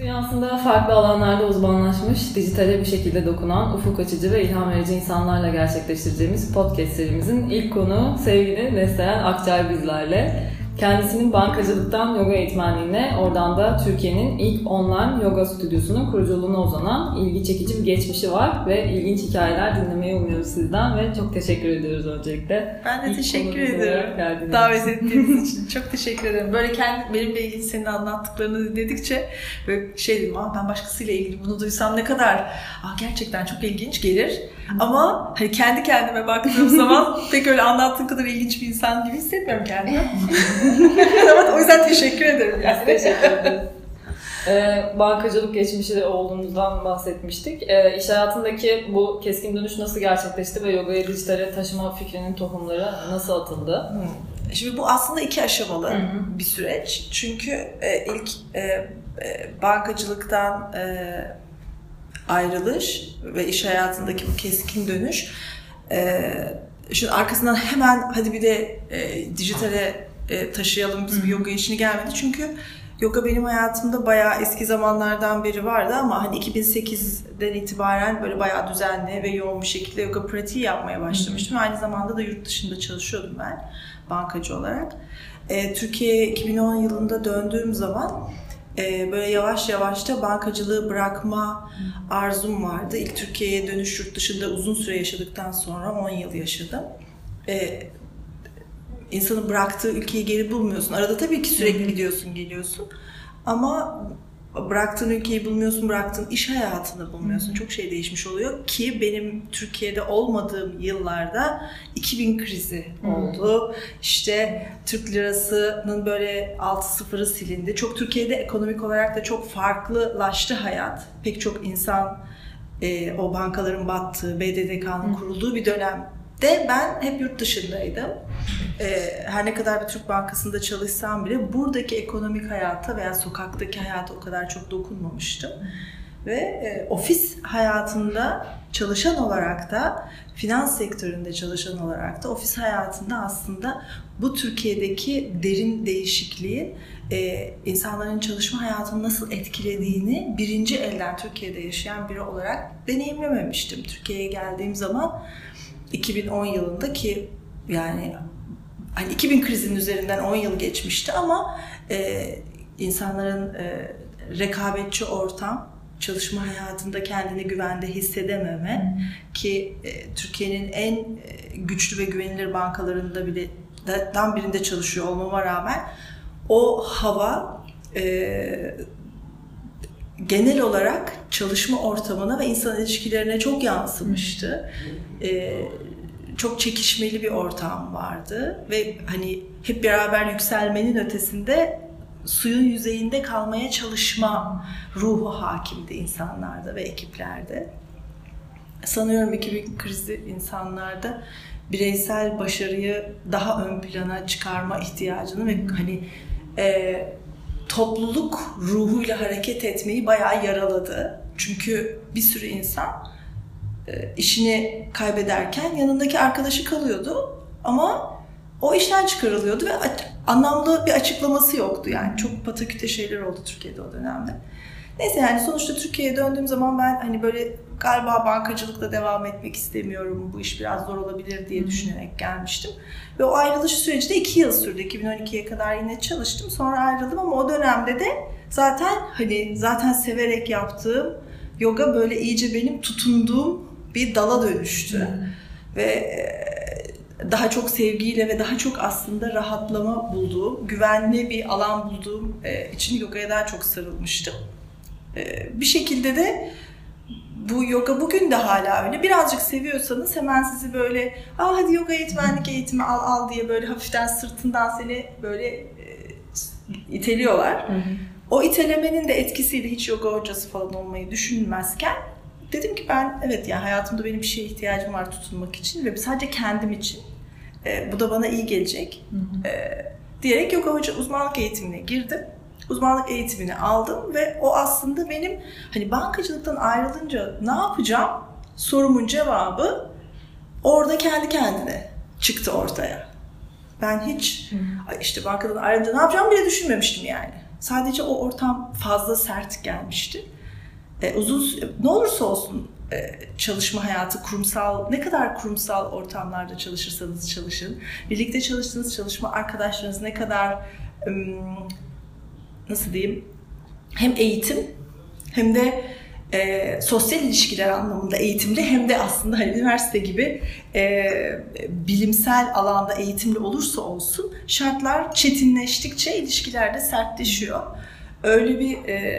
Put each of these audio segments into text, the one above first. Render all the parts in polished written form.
Dünyasında farklı alanlarda uzmanlaşmış, dijitale bir şekilde dokunan, ufuk açıcı ve ilham verici insanlarla gerçekleştireceğimiz podcast serimizin ilk konuğu sevgili Neslihan Akçay bizlerle. Kendisinin bankacılıktan yoga eğitmenliğine, oradan da Türkiye'nin ilk online yoga stüdyosunun kuruculuğuna uzanan ilgi çekici bir geçmişi var ve ilginç hikayeler dinlemeyi umuyoruz sizden ve çok teşekkür ediyoruz öncelikle. Ben de teşekkür ederim davet ettiğiniz için. Çok teşekkür ederim. Böyle benimle ilgili senin anlattıklarını dinledikçe böyle şey dedim, ben başkasıyla ilgili bunu duysam ne kadar gerçekten çok ilginç gelir. Ama hani kendi kendime baktığım zaman pek öyle anlattığın kadar ilginç bir insan gibi hissetmiyorum kendimi. O yüzden teşekkür ederim. Yani. Teşekkür ederiz. Bankacılık geçmişi olduğunuzdan bahsetmiştik. İş hayatındaki bu keskin dönüş nasıl gerçekleşti ve yogayı dijitale taşıma fikrinin tohumları nasıl atıldı? Şimdi bu aslında 2 aşamalı bir süreç. Çünkü ilk bankacılıktan ayrılış ve iş hayatındaki bu keskin dönüş. Şimdi arkasından hemen hadi bir de dijitale taşıyalım biz bir yoga işini gelmedi. Çünkü yoga benim hayatımda bayağı eski zamanlardan beri vardı ama hani 2008'den itibaren böyle bayağı düzenli ve yoğun bir şekilde yoga pratiği yapmaya başlamıştım. Aynı zamanda da yurt dışında çalışıyordum ben bankacı olarak. Türkiye'ye 2010 yılında döndüğüm zaman böyle yavaş yavaş da bankacılığı bırakma arzum vardı. İlk Türkiye'ye dönüş yurt dışında uzun süre yaşadıktan sonra 10 yıl yaşadım. İnsanın bıraktığı ülkeyi geri bulmuyorsun. Arada tabii ki sürekli gidiyorsun, geliyorsun. Ama bıraktığın ülkeyi bulmuyorsun, bıraktığın iş hayatını bulmuyorsun. Çok şey değişmiş oluyor ki benim Türkiye'de olmadığım yıllarda 2000 krizi oldu. İşte Türk lirasının böyle 6-0'ı silindi. Çok Türkiye'de ekonomik olarak da çok farklılaştı hayat. Pek çok insan o bankaların battığı, BDDK'nın kurulduğu bir dönemde ben hep yurt dışındaydım. Her ne kadar bir Türk bankasında çalışsam bile buradaki ekonomik hayata veya sokaktaki hayata o kadar çok dokunmamıştım. Ve ofis hayatında çalışan olarak da, finans sektöründe çalışan olarak da ofis hayatında aslında bu Türkiye'deki derin değişikliğin insanların çalışma hayatını nasıl etkilediğini birinci elden Türkiye'de yaşayan biri olarak deneyimlememiştim. Türkiye'ye geldiğim zaman 2010 yılında ki yani hani 2000 krizinin üzerinden 10 yıl geçmişti ama insanların rekabetçi ortam, çalışma hayatında kendini güvende hissedememe ki Türkiye'nin en güçlü ve güvenilir bankalarında bile birinde çalışıyor olmama rağmen o hava genel olarak çalışma ortamına ve insan ilişkilerine çok yansımıştı. Çok çekişmeli bir ortam vardı ve hani hep beraber yükselmenin ötesinde suyun yüzeyinde kalmaya çalışma ruhu hakimdi insanlarda ve ekiplerde. Sanıyorum 2000 krizi insanlarda bireysel başarıyı daha ön plana çıkarma ihtiyacını ve hani topluluk ruhuyla hareket etmeyi bayağı yaraladı. Çünkü bir sürü insan işini kaybederken yanındaki arkadaşı kalıyordu ama o işten çıkarılıyordu ve anlamlı bir açıklaması yoktu yani. Çok pataküte şeyler oldu Türkiye'de o dönemde. Neyse yani sonuçta Türkiye'ye döndüğüm zaman ben hani böyle galiba bankacılıkla devam etmek istemiyorum, bu iş biraz zor olabilir diye düşünerek gelmiştim. Ve o ayrılış süreci de 2 yıl sürdü. 2012'ye kadar yine çalıştım. Sonra ayrıldım ama o dönemde de zaten severek yaptığım yoga böyle iyice benim tutunduğum bir dala dönüştü. Ve daha çok sevgiyle ve daha çok aslında rahatlama bulduğum, güvenli bir alan bulduğum için yogaya daha çok sarılmıştım. Bir şekilde de bu yoga bugün de hala öyle. Birazcık seviyorsanız hemen sizi böyle hadi yoga eğitimi al diye böyle hafiften sırtından seni böyle iteliyorlar. O itelemenin de etkisiyle hiç yoga hocası falan olmayı düşünmezken dedim ki ben yani hayatımda benim bir şeye ihtiyacım var tutunmak için ve sadece kendim için. Bu da bana iyi gelecek. Diyerek yoga hoca uzmanlık eğitimine girdim. Uzmanlık eğitimini aldım ve o aslında benim hani bankacılıktan ayrılınca ne yapacağım sorumun cevabı orada kendi kendine çıktı ortaya. Ben hiç işte bankadan ayrılınca ne yapacağımı bile düşünmemiştim yani. Sadece o ortam fazla sert gelmişti. Ne olursa olsun çalışma hayatı, ne kadar kurumsal ortamlarda çalışırsanız çalışın, birlikte çalıştığınız çalışma arkadaşlarınız ne kadar nasıl diyeyim, hem eğitim hem de sosyal ilişkiler anlamında eğitimli, hem de aslında hani üniversite gibi bilimsel alanda eğitimli olursa olsun, şartlar çetinleştikçe ilişkiler de sertleşiyor. Öyle bir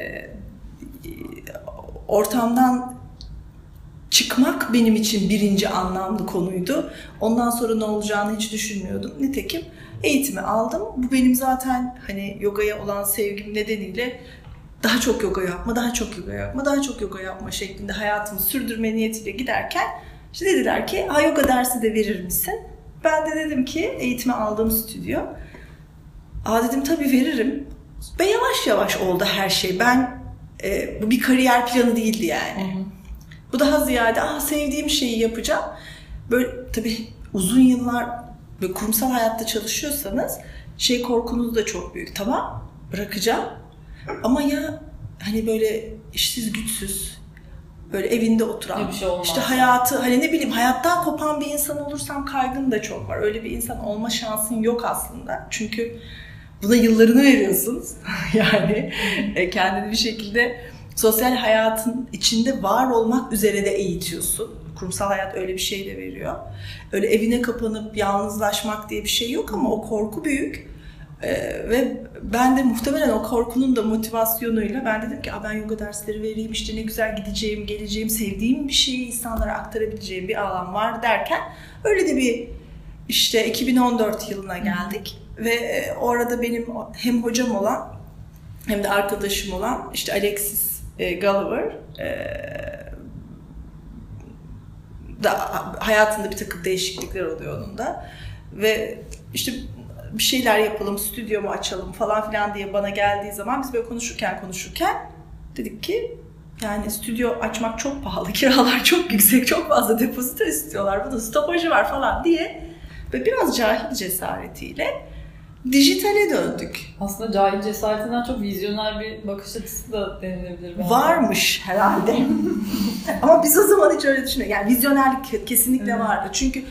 ortamdan çıkmak benim için birinci anlamlı konuydu. Ondan sonra ne olacağını hiç düşünmüyordum. Nitekim eğitimi aldım. Bu benim zaten hani yogaya olan sevgim nedeniyle daha çok yoga yapma, daha çok yoga yapma, daha çok yoga yapma şeklinde hayatımı sürdürme niyetiyle giderken işte dediler ki yoga dersi de verir misin? Ben de dedim ki eğitimi aldığım stüdyo. Dedim tabii veririm. Ve yavaş yavaş oldu her şey. Bu bir kariyer planı değildi yani. Hı hı. Bu daha ziyade sevdiğim şeyi yapacağım. Böyle tabii uzun yıllar böyle kurumsal hayatta çalışıyorsanız korkunuz da çok büyük. Tamam, bırakacağım. Ama ya hani böyle işsiz güçsüz, böyle evinde oturan, işte hayatı hani ne bileyim hayattan kopan bir insan olursam kaygın da çok var. Öyle bir insan olma şansın yok aslında. Çünkü buna yıllarını veriyorsunuz. Yani kendini bir şekilde sosyal hayatın içinde var olmak üzere de eğitiyorsun. Kurumsal hayat öyle bir şey de veriyor. Öyle evine kapanıp yalnızlaşmak diye bir şey yok ama o korku büyük. Ve ben de muhtemelen o korkunun da motivasyonuyla ben dedim ki ben yoga dersleri vereyim, işte ne güzel gideceğim, geleceğim, sevdiğim bir şeyi insanlara aktarabileceğim bir alan var derken öyle de bir işte 2014 yılına geldik. Ve orada benim hem hocam olan hem de arkadaşım olan işte Alexis Gulliver da hayatında bir takım değişiklikler oluyor onun da. Ve işte bir şeyler yapalım, stüdyomu açalım falan filan diye bana geldiği zaman biz böyle konuşurken dedik ki yani stüdyo açmak çok pahalı, kiralar çok yüksek, çok fazla depozito istiyorlar, bunun stopajı var falan diye ve biraz cahil cesaretiyle dijitale döndük. Aslında cahil cesaretinden çok vizyoner bir bakış açısı da denilebilir. Varmış herhalde. Ama biz o zaman hiç öyle düşünmüyoruz. Yani vizyonerlik kesinlikle vardı. Çünkü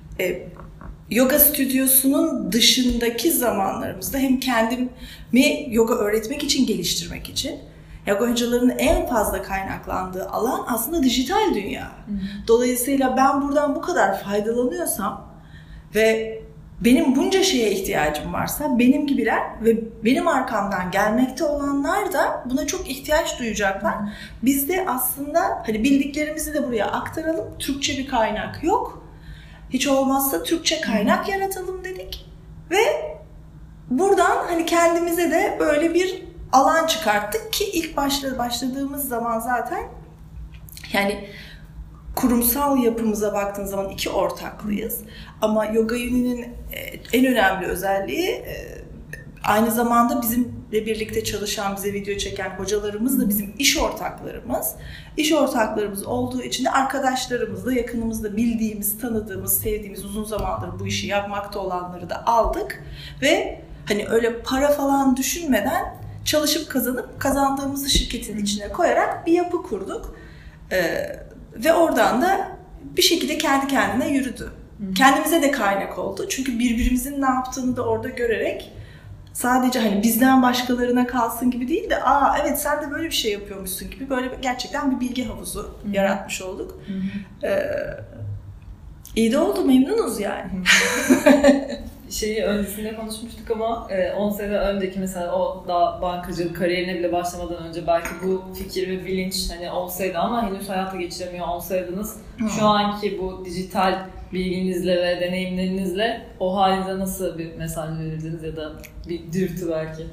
yoga stüdyosunun dışındaki zamanlarımızda hem kendimi yoga öğretmek için, geliştirmek için, yoga hocalarının en fazla kaynaklandığı alan aslında dijital dünya. Dolayısıyla ben buradan bu kadar faydalanıyorsam ve benim bunca şeye ihtiyacım varsa benim gibiler ve benim arkamdan gelmekte olanlar da buna çok ihtiyaç duyacaklar. Biz de aslında hani bildiklerimizi de buraya aktaralım. Türkçe bir kaynak yok. Hiç olmazsa Türkçe kaynak yaratalım dedik. Ve buradan hani kendimize de böyle bir alan çıkarttık ki ilk başladığımız zaman zaten yani kurumsal yapımıza baktığın zaman 2 ortaklıyız. Ama Yoga Uni'nin en önemli özelliği aynı zamanda bizimle birlikte çalışan, bize video çeken hocalarımız da bizim iş ortaklarımız. İş ortaklarımız olduğu için de arkadaşlarımızla, yakınımızda bildiğimiz, tanıdığımız, sevdiğimiz, uzun zamandır bu işi yapmakta olanları da aldık. Ve hani öyle para falan düşünmeden çalışıp kazandığımızı şirketin içine koyarak bir yapı kurduk. Ve oradan da bir şekilde kendi kendine yürüdü. Kendimize de kaynak oldu. Çünkü birbirimizin ne yaptığını da orada görerek sadece hani bizden başkalarına kalsın gibi değil de evet sen de böyle bir şey yapıyormuşsun gibi böyle gerçekten bir bilgi havuzu yaratmış olduk. İyi de oldu, memnunuz yani. Öncesinde konuşmuştuk ama 10 sene önceki mesela o da bankacılık kariyerine bile başlamadan önce belki bu fikir ve bilinç hani olsaydı ama henüz hayata geçiremiyor olsaydınız şu anki bu dijital bilginizle ve deneyimlerinizle o halinize nasıl bir mesaj verirdiniz ya da bir dürtü belki?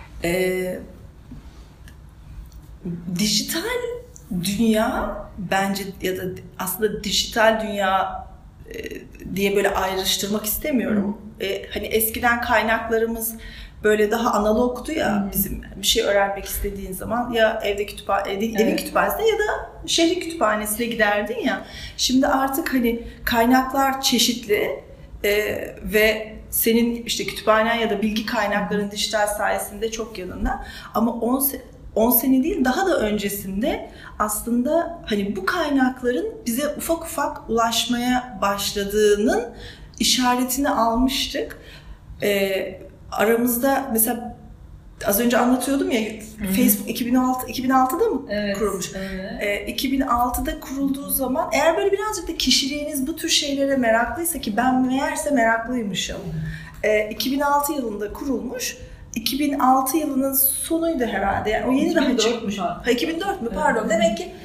Dijital dünya bence ya da aslında dijital dünya diye böyle ayrıştırmak istemiyorum. Hani eskiden kaynaklarımız böyle daha analogdu ya, bizim bir şey öğrenmek istediğin zaman ya evin kütüphanesine ya da şehrin kütüphanesine giderdin ya. Şimdi artık hani kaynaklar çeşitli ve senin işte kütüphanen ya da bilgi kaynakların dijital sayesinde çok yanında. Ama 10 sene değil, daha da öncesinde aslında hani bu kaynakların bize ufak ufak ulaşmaya başladığının işaretini almıştık. Aramızda mesela az önce anlatıyordum ya, Facebook 2006'da mı kurulmuş? Evet. 2006'da kurulduğu zaman eğer böyle birazcık da kişiliğiniz bu tür şeylere meraklıysa, ki ben meğerse meraklıymışım. 2006 yılında kurulmuş. 2006 yılının sonuydu herhalde. Yani o yeni daha çıkmış. 2004 mü? Pardon. Evet. Demek ki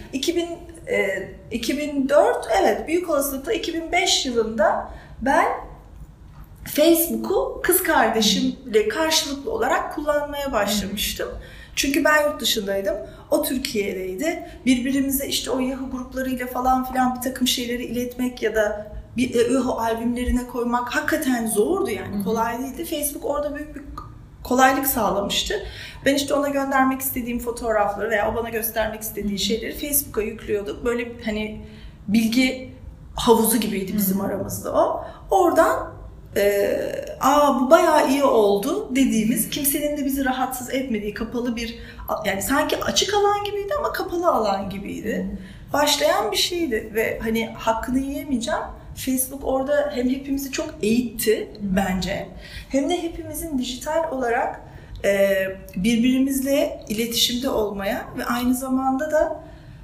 2004, evet, büyük olasılıkla 2005 yılında ben Facebook'u kız kardeşimle karşılıklı olarak kullanmaya başlamıştım. Çünkü ben yurt dışındaydım, o Türkiye'deydi. Birbirimize işte o Yahoo gruplarıyla falan filan bir takım şeyleri iletmek ya da bir Yahoo albümlerine koymak hakikaten zordu yani, kolay değildi. Facebook orada büyük bir kolaylık sağlamıştı. Ben işte ona göndermek istediğim fotoğrafları veya o bana göstermek istediği şeyleri Facebook'a yüklüyorduk. Böyle hani bilgi havuzu gibiydi bizim aramızda o. Oradan bu bayağı iyi oldu dediğimiz, kimsenin de bizi rahatsız etmediği kapalı bir, yani sanki açık alan gibiydi ama kapalı alan gibiydi. Başlayan bir şeydi ve hani hakkını yiyemeyeceğim. Facebook orada hem hepimizi çok eğitti bence, hem de hepimizin dijital olarak birbirimizle iletişimde olmaya ve aynı zamanda da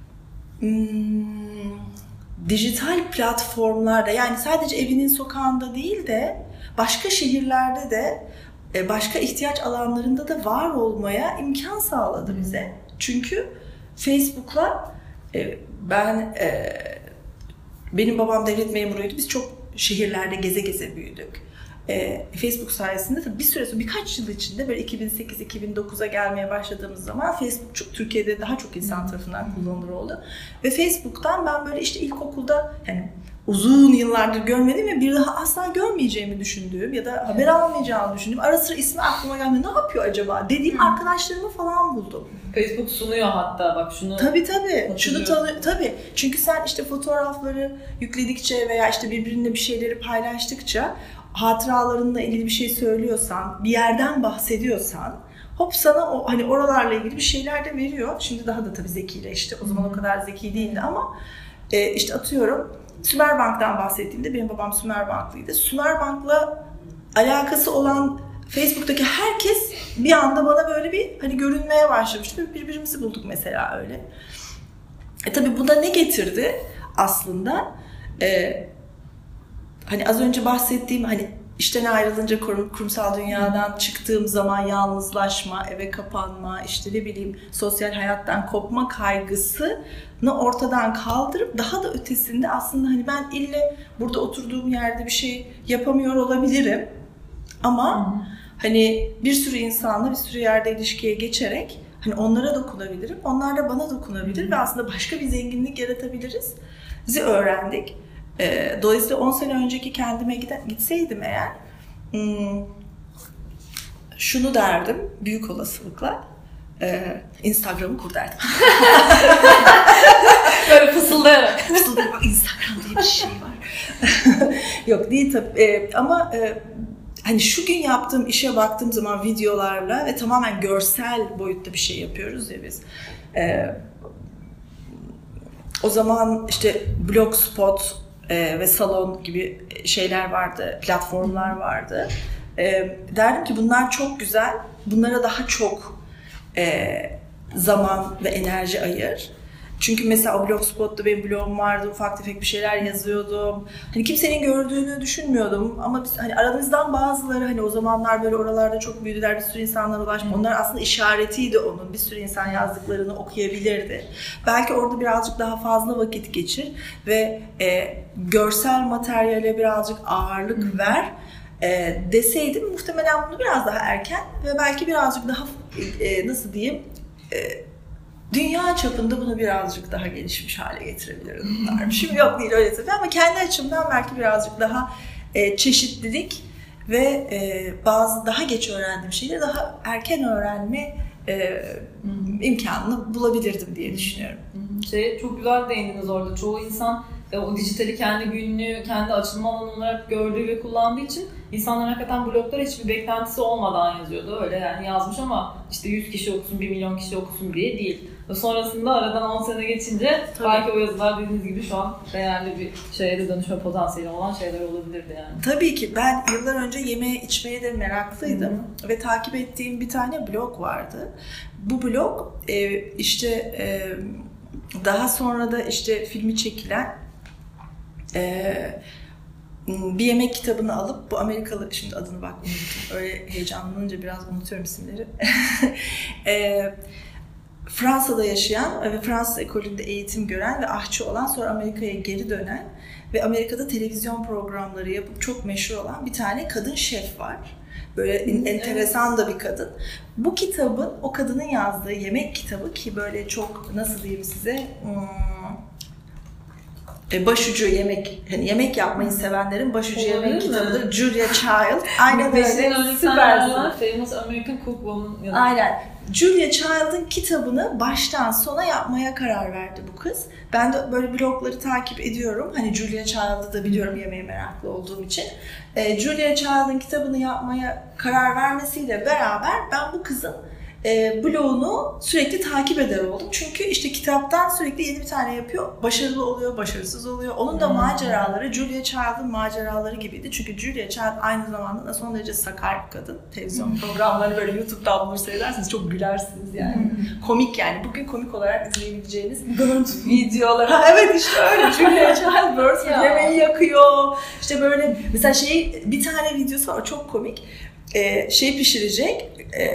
dijital platformlarda, yani sadece evinin sokağında değil de başka şehirlerde de başka ihtiyaç alanlarında da var olmaya imkan sağladı bize. Çünkü Facebook'la benim babam devlet memuruydu. Biz çok şehirlerde geze geze büyüdük. Facebook sayesinde tabii bir süre sonra, birkaç yıl içinde, böyle 2008-2009'a gelmeye başladığımız zaman Facebook Türkiye'de daha çok insan tarafından kullanılır oldu. Ve Facebook'tan ben böyle işte ilkokulda, yani uzun yıllardır görmedim ve bir daha asla görmeyeceğimi düşündüğüm ya da haber almayacağımı düşündüğüm, ara sıra ismi aklıma gelmiyor, ne yapıyor acaba dediğim arkadaşlarımı falan buldum. Facebook sunuyor hatta, bak şunu. Tabii. Tabii. Çünkü sen işte fotoğrafları yükledikçe veya işte birbirine bir şeyleri paylaştıkça, hatıralarınla ilgili bir şey söylüyorsan, bir yerden bahsediyorsan, hop sana o hani oralarla ilgili bir şeyler de veriyor. Şimdi daha da tabii zekileşti. O zaman o kadar zeki değildi ama işte atıyorum Sümerbank'tan bahsettiğimde, benim babam Sümerbanklıydı. Sümerbank'la alakası olan Facebook'taki herkes bir anda bana böyle bir hani görünmeye başlamıştı. Birbirimizi bulduk mesela öyle. Tabii bu da ne getirdi aslında? Hani az önce bahsettiğim, hani işten ayrılınca kurumsal dünyadan çıktığım zaman yalnızlaşma, eve kapanma, işte ne bileyim sosyal hayattan kopma kaygısını ortadan kaldırıp daha da ötesinde aslında hani ben ille burada oturduğum yerde bir şey yapamıyor olabilirim ama hani bir sürü insanla bir sürü yerde ilişkiye geçerek hani onlara dokunabilirim, onlar da bana dokunabilir ve aslında başka bir zenginlik yaratabiliriz öğrendik. Dolayısıyla 10 sene önceki kendime gitseydim eğer şunu derdim büyük olasılıkla, Instagram'ı kur derdim. Böyle fısıldayarak. Instagram diye bir şey var. Yok değil tabii ama hani şu gün yaptığım işe baktığım zaman videolarla ve tamamen görsel boyutta bir şey yapıyoruz ya biz. O zaman işte Blogspot ve Salon gibi şeyler vardı, platformlar vardı. Derdim ki bunlar çok güzel, bunlara daha çok zaman ve enerji ayır. Çünkü mesela o Blogspot'ta benim blogum vardı, ufak tefek bir şeyler yazıyordum. Hani kimsenin gördüğünü düşünmüyordum ama biz, hani aramızdan bazıları hani o zamanlar böyle oralarda çok büyüdüler, bir sürü insanlara ulaştı. Onlar aslında işaretiydi onun, bir sürü insan yazdıklarını okuyabilirdi. Belki orada birazcık daha fazla vakit geçir ve görsel materyale birazcık ağırlık ver deseydim muhtemelen bunu biraz daha erken ve belki birazcık daha nasıl diyeyim, dünya çapında bunu birazcık daha gelişmiş hale getirebilirdim. Şimdi yok değil öyle tabii ama kendi açımdan belki birazcık daha çeşitlilik ve bazı daha geç öğrendiğim şeyleri daha erken öğrenme imkanını bulabilirdim diye düşünüyorum. Çok güzel değindiniz orada. Çoğu insan o dijitali kendi günlüğü, kendi açılma alanı olarak gördüğü ve kullandığı için insanlar hakikaten bloglara hiçbir beklentisi olmadan yazıyordu. Öyle yani yazmış ama işte 100 kişi okusun, 1 milyon kişi okusun diye değil. Ve sonrasında aradan 10 sene geçince belki o yazılar dediğiniz gibi şu an değerli bir şeye de dönüşme potansiyeli olan şeyler olabilirdi yani. Tabii ki ben yıllar önce yemeye içmeye de meraklıydım. Ve takip ettiğim bir tane blog vardı. Bu blog işte daha sonra da işte filmi çekilen bir yemek kitabını alıp bu Amerikalı, şimdi adını bak unuttum, öyle heyecanlanınca biraz unutuyorum isimleri. Fransa'da yaşayan ve Fransız ekolünde eğitim gören ve aşçı olan, sonra Amerika'ya geri dönen ve Amerika'da televizyon programları yapıp çok meşhur olan bir tane kadın şef var. Böyle enteresan da bir kadın. Bu kitabın, o kadının yazdığı yemek kitabı ki böyle çok, nasıl diyeyim size, başucu yemek, hani yemek yapmayı sevenlerin başucu yemek kitabıdır. Julia Child. Aynen öyle. Süpersin. Famous American Cookwoman. Aynen. Julia Child'ın kitabını baştan sona yapmaya karar verdi bu kız. Ben de böyle blogları takip ediyorum. Hani Julia Child'ı da biliyorum yemeğe meraklı olduğum için. Julia Child'ın kitabını yapmaya karar vermesiyle beraber ben bu kızın blogunu sürekli takip eder oldum. Çünkü işte kitaptan sürekli yeni bir tane yapıyor. Başarılı oluyor, başarısız oluyor. Onun da maceraları Julia Child'ın maceraları gibiydi. Çünkü Julia Child aynı zamanda da son derece sakar bir kadın. Televizyon programlarını böyle YouTube'dan bulur seyredersiniz. Çok gülersiniz yani. Komik yani. Bugün komik olarak izleyebileceğiniz videolar. Ha, evet işte öyle. Julia Child Bird yemeği yakıyor. İşte böyle mesela bir tane videosu var çok komik. Pişirecek.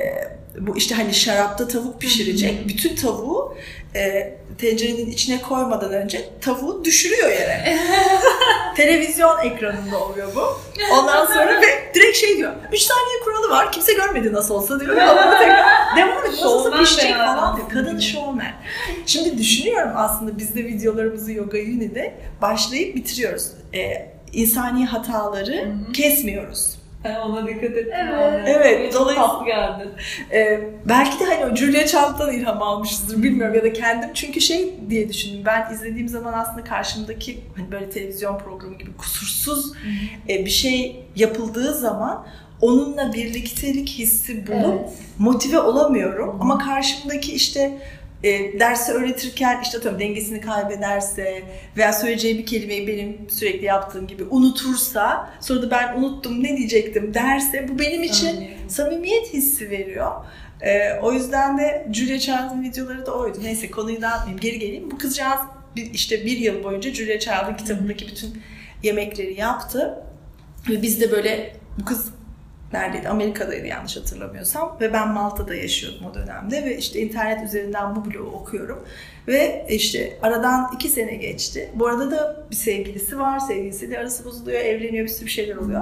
Bu işte hani şarapta tavuk pişirecek. Bütün tavuğu tencerenin içine koymadan önce tavuğu düşürüyor yere. Televizyon ekranında oluyor bu. Ondan sonra ve direkt diyor. 3 saniye kuralı var. Kimse görmedi nasıl olsa diyor. Devam et. Nasıl olsa pişecek falan diyor. Kadın showman. Şimdi düşünüyorum aslında biz de videolarımızı Yoga Uni'de başlayıp bitiriyoruz. İnsani hataları kesmiyoruz. Ona dikkat ettim. Evet. Dolayısıyla geldi. Belki de hani o Julia Child'dan ilham almışızdır bilmiyorum ya da kendim çünkü diye düşündüm. Ben izlediğim zaman aslında karşımdaki hani böyle televizyon programı gibi kusursuz bir şey yapıldığı zaman onunla birliktelik hissi bulup motive olamıyorum. Ama karşımdaki işte dersi öğretirken işte tabii dengesini kaybederse veya söyleyeceği bir kelimeyi benim sürekli yaptığım gibi unutursa, sonra da ben unuttum ne diyecektim derse bu benim için samimiyet hissi veriyor. O yüzden de Julia Child'ın videoları da oydu. Neyse konuyu dağıtmayayım, geri geleyim. Bu kızcağız işte bir yıl boyunca Julia Child'ın kitabındaki bütün yemekleri yaptı. Ve biz de böyle, bu kız neredeydi? Amerika'daydı yanlış hatırlamıyorsam ve ben Malta'da yaşıyordum o dönemde ve işte internet üzerinden bu blogu okuyorum ve işte aradan 2 sene geçti. Bu arada da bir sevgilisi var, sevgilisiyle arası bozuluyor, evleniyor, bir sürü şeyler oluyor.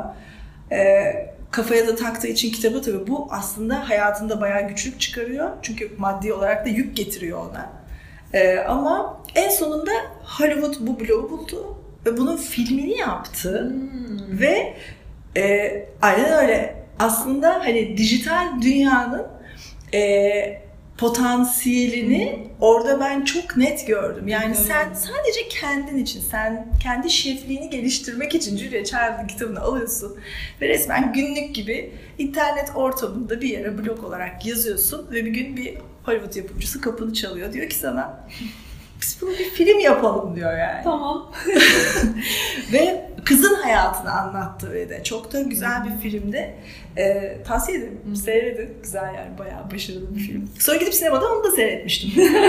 Kafaya da taktığı için kitabı tabii bu aslında hayatında bayağı güçlük çıkarıyor çünkü maddi olarak da yük getiriyor ona. Ama en sonunda Hollywood bu blogu buldu ve bunun filmini yaptı ve aynen öyle. Aslında hani dijital dünyanın potansiyelini orada ben çok net gördüm. Yani sen sadece kendin için, sen kendi şefliğini geliştirmek için Julia Child'ın kitabını alıyorsun ve resmen günlük gibi internet ortamında bir yere blog olarak yazıyorsun ve bir gün bir Hollywood yapımcısı kapını çalıyor. Diyor ki sana biz bunu bir film yapalım diyor yani. Tamam. Ve kızın hayatını anlattı ve de çok da güzel bir filmdi. Tavsiye ederim. Seyredin. Güzel yani. Bayağı başarılı bir film. Sonra gidip sinemada onu da seyretmiştim.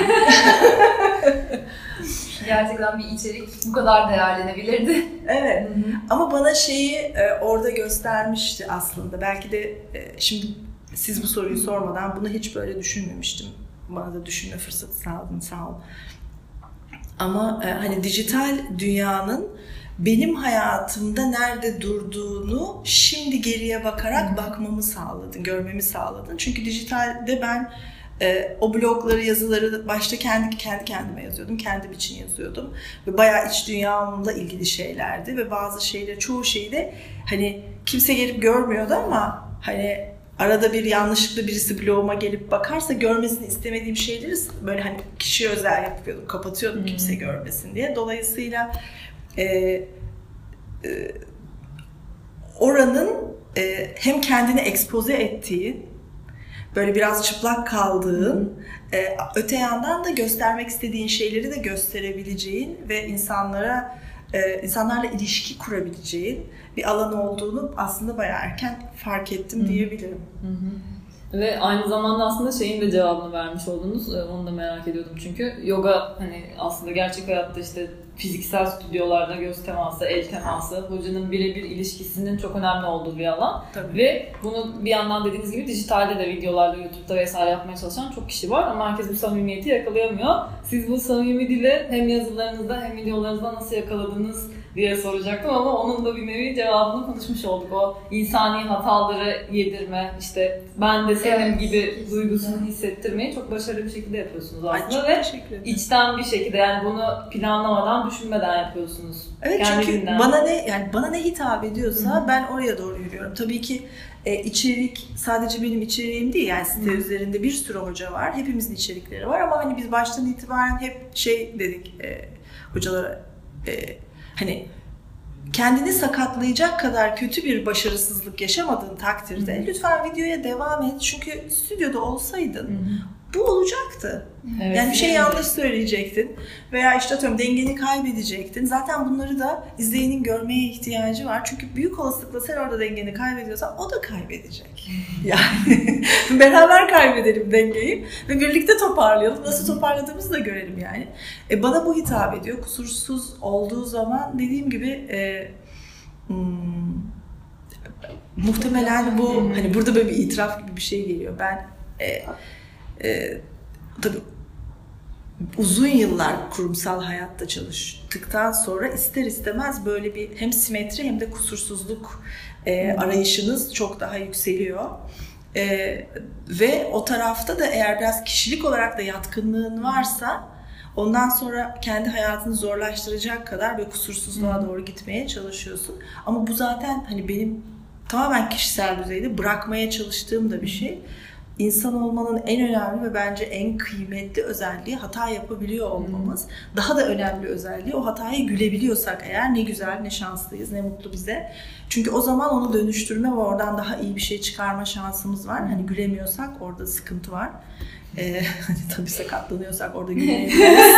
Gerçekten bir içerik bu kadar değerlenebilirdi. Evet. Hı-hı. Ama bana orada göstermişti aslında. Belki de şimdi siz bu soruyu sormadan bunu hiç böyle düşünmemiştim. Bana da düşünme fırsatı sağladın. Sağ ol. Ama hani dijital dünyanın benim hayatımda nerede durduğunu şimdi geriye bakarak bakmamı sağladın, görmemi sağladın. Çünkü dijitalde ben o blogları, yazıları başta kendi kendime yazıyordum, kendim için yazıyordum. Ve bayağı iç dünyamla ilgili şeylerdi ve bazı şeyler, çoğu şeyi de hani kimse gelip görmüyordu ama hani arada bir yanlışlıkla birisi bloguma gelip bakarsa görmesini istemediğim şeyleri böyle hani kişiye özel yapıyordum, kapatıyordum kimse görmesin diye. Dolayısıyla oranın hem kendini ekspoze ettiğin, böyle biraz çıplak kaldığın, öte yandan da göstermek istediğin şeyleri de gösterebileceğin ve insanlarla ilişki kurabileceğin bir alan olduğunu aslında bayağı erken fark ettim diyebilirim. Ve aynı zamanda aslında şeyin de cevabını vermiş oldunuz. Onu da merak ediyordum çünkü. Yoga hani aslında gerçek hayatta işte fiziksel stüdyolarda göz teması, el teması, hocanın birebir ilişkisinin çok önemli olduğu bir alan. Tabii. Ve bunu bir yandan dediğiniz gibi dijitalde de videolarda, YouTube'da vesaire yapmaya çalışan çok kişi var ama herkes bu samimiyeti yakalayamıyor. Siz bu samimi dili hem yazılarınızda hem videolarınızda nasıl yakaladınız diye soracaktım ama onun da bir nevi cevabını konuşmuş olduk. O insani hataları yedirme, işte ben de senin gibi duygusunu hissettirmeyi çok başarılı bir şekilde yapıyorsunuz aslında ve içten bir şekilde, yani bunu planlamadan, düşünmeden yapıyorsunuz. Evet, çünkü bana ne hitap ediyorsa ben oraya doğru yürüyorum. Tabii ki içerik sadece benim içeriğim değil, yani site üzerinde bir sürü hoca var, hepimizin içerikleri var ama hani biz baştan itibaren hep dedik hocalara, hani kendini sakatlayacak kadar kötü bir başarısızlık yaşamadığın takdirde lütfen videoya devam et. Çünkü stüdyoda olsaydın bu olacaktı. Evet, yani bir şey yanlış söyleyecektin veya işte atıyorum dengeni kaybedecektin. Zaten bunları da izleyenin görmeye ihtiyacı var. Çünkü büyük olasılıkla sen orada dengeni kaybediyorsan o da kaybedecek. Yani beraber kaybedelim dengeyi ve birlikte toparlayalım. Nasıl toparladığımızı da görelim yani. Bana bu hitap ediyor. Kusursuz olduğu zaman dediğim gibi muhtemelen bu hani burada böyle bir itiraf gibi bir şey geliyor. Ben tabii uzun yıllar kurumsal hayatta çalıştıktan sonra ister istemez böyle bir hem simetri hem de kusursuzluk arayışınız çok daha yükseliyor. Ve o tarafta da eğer biraz kişilik olarak da yatkınlığın varsa ondan sonra kendi hayatını zorlaştıracak kadar bir kusursuzluğa doğru gitmeye çalışıyorsun. Ama bu zaten hani benim tamamen kişisel düzeyde bırakmaya çalıştığım da bir şey. İnsan olmanın en önemli ve bence en kıymetli özelliği hata yapabiliyor olmamız. Daha da önemli özelliği o hataya gülebiliyorsak eğer ne güzel, ne şanslıyız, ne mutlu bize. Çünkü o zaman onu dönüştürme ve oradan daha iyi bir şey çıkarma şansımız var. Hani gülemiyorsak orada sıkıntı var. Hani tabii sakatlanıyorsak orada gülemeyiz.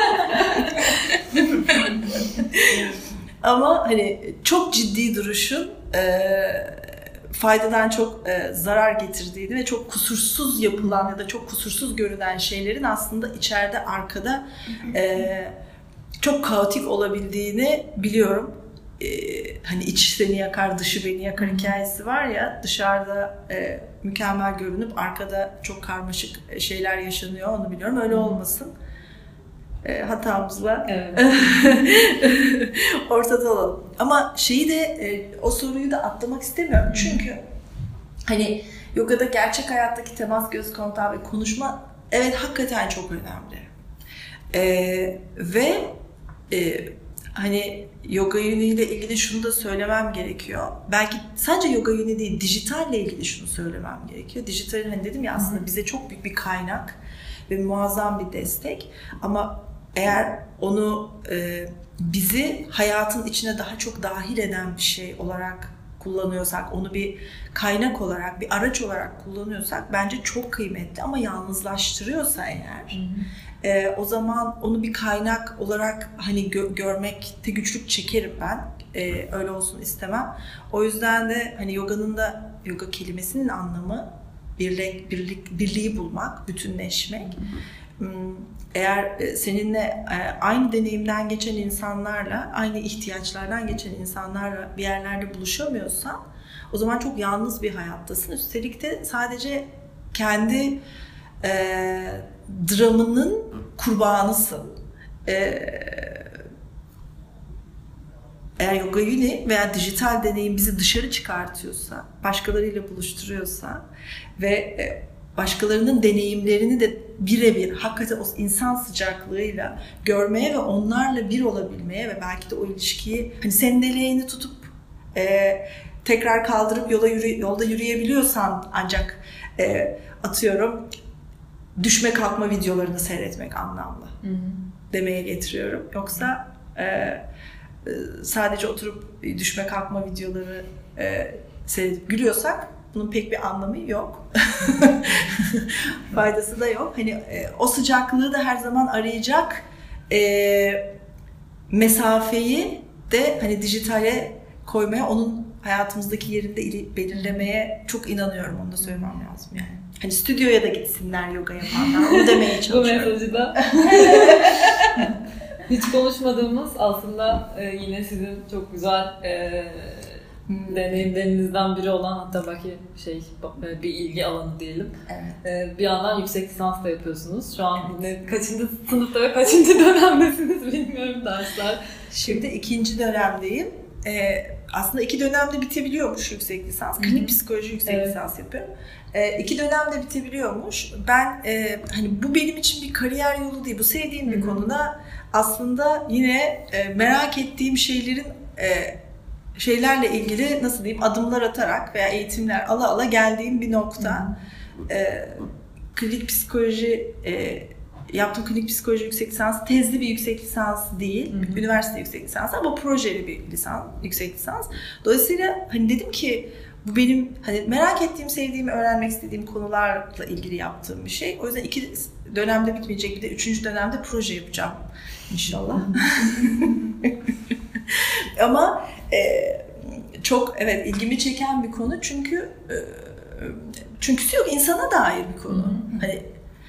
Ama hani çok ciddi duruşun faydadan çok zarar getirdiğini ve çok kusursuz yapılan ya da çok kusursuz görünen şeylerin aslında içeride, arkada çok kaotik olabildiğini biliyorum. Hani iç seni yakar, dışı beni yakar hikayesi var ya, dışarıda mükemmel görünüp arkada çok karmaşık şeyler yaşanıyor, onu biliyorum. Öyle olmasın. Hatamızla ortada olalım. Ama o soruyu da atlamak istemiyorum. Çünkü hani yogada gerçek hayattaki temas, göz kontağı ve konuşma hakikaten çok önemli. Hani yoga yönüyle ilgili şunu da söylemem gerekiyor. Belki sadece yoga yönü değil, dijitalle ilgili şunu söylemem gerekiyor. Dijitalin hani dedim ya aslında bize çok büyük bir kaynak ve muazzam bir destek. Ama eğer onu bizi hayatın içine daha çok dahil eden bir şey olarak kullanıyorsak, onu bir kaynak olarak, bir araç olarak kullanıyorsak bence çok kıymetli. Ama yalnızlaştırıyorsa eğer o zaman onu bir kaynak olarak hani görmekte güçlük çekerim ben. Öyle olsun istemem. O yüzden de hani yoga kelimesinin anlamı birliği bulmak, bütünleşmek. Eğer seninle aynı deneyimden geçen insanlarla, aynı ihtiyaçlardan geçen insanlarla bir yerlerde buluşamıyorsan o zaman çok yalnız bir hayattasın. Üstelik de sadece kendi dramının kurbanısın. Eğer yoga yuni veya dijital deneyim bizi dışarı çıkartıyorsa, başkalarıyla buluşturuyorsa ve başkalarının deneyimlerini de birebir hakikaten o insan sıcaklığıyla görmeye ve onlarla bir olabilmeye ve belki de o ilişkiyi hani senin eleğini tutup tekrar kaldırıp yolda yürüyebiliyorsan ancak atıyorum düşme kalkma videolarını seyretmek anlamlı demeye getiriyorum. Yoksa sadece oturup düşme kalkma videoları seyredip gülüyorsak bunun pek bir anlamı yok. Faydası da yok. Hani o sıcaklığı da her zaman arayacak mesafeyi de hani dijitale koymaya, onun hayatımızdaki yerini de belirlemeye çok inanıyorum. Onu da söylemem lazım yani. Hani stüdyoya da gitsinler yoga yapanlar. Onu demeye çalışıyorum. Bu mesajı da hiç konuşmadığımız aslında yine sizin çok güzel deneyimlerinizden biri olan, hatta belki bir ilgi alanı diyelim. Evet. Bir yandan yüksek lisans da yapıyorsunuz. Şu an yine kaçıncı sınıfta ve kaçıncı dönemdesiniz bilmiyorum dersler. Şimdi 2. dönemdeyim. Aslında 2 dönemde bitebiliyormuş yüksek lisans. Klinik psikoloji yüksek lisans yapıyorum. 2 dönemde bitebiliyormuş. Ben hani bu benim için bir kariyer yolu değil. Bu sevdiğim bir konuda aslında yine merak ettiğim şeylerle ilgili nasıl diyeyim adımlar atarak veya eğitimler ala geldiğim bir nokta. Klinik psikoloji yaptığım klinik psikoloji yüksek lisans tezli bir yüksek lisans değil. Üniversite yüksek lisans ama projeli bir yüksek lisans. Dolayısıyla hani dedim ki bu benim hani merak ettiğim, sevdiğim, öğrenmek istediğim konularla ilgili yaptığım bir şey. O yüzden 2 dönemde bitmeyecek, bir de 3. dönemde proje yapacağım inşallah. Ama çok evet ilgimi çeken bir konu çünkü yok, insana dair bir konu. Hani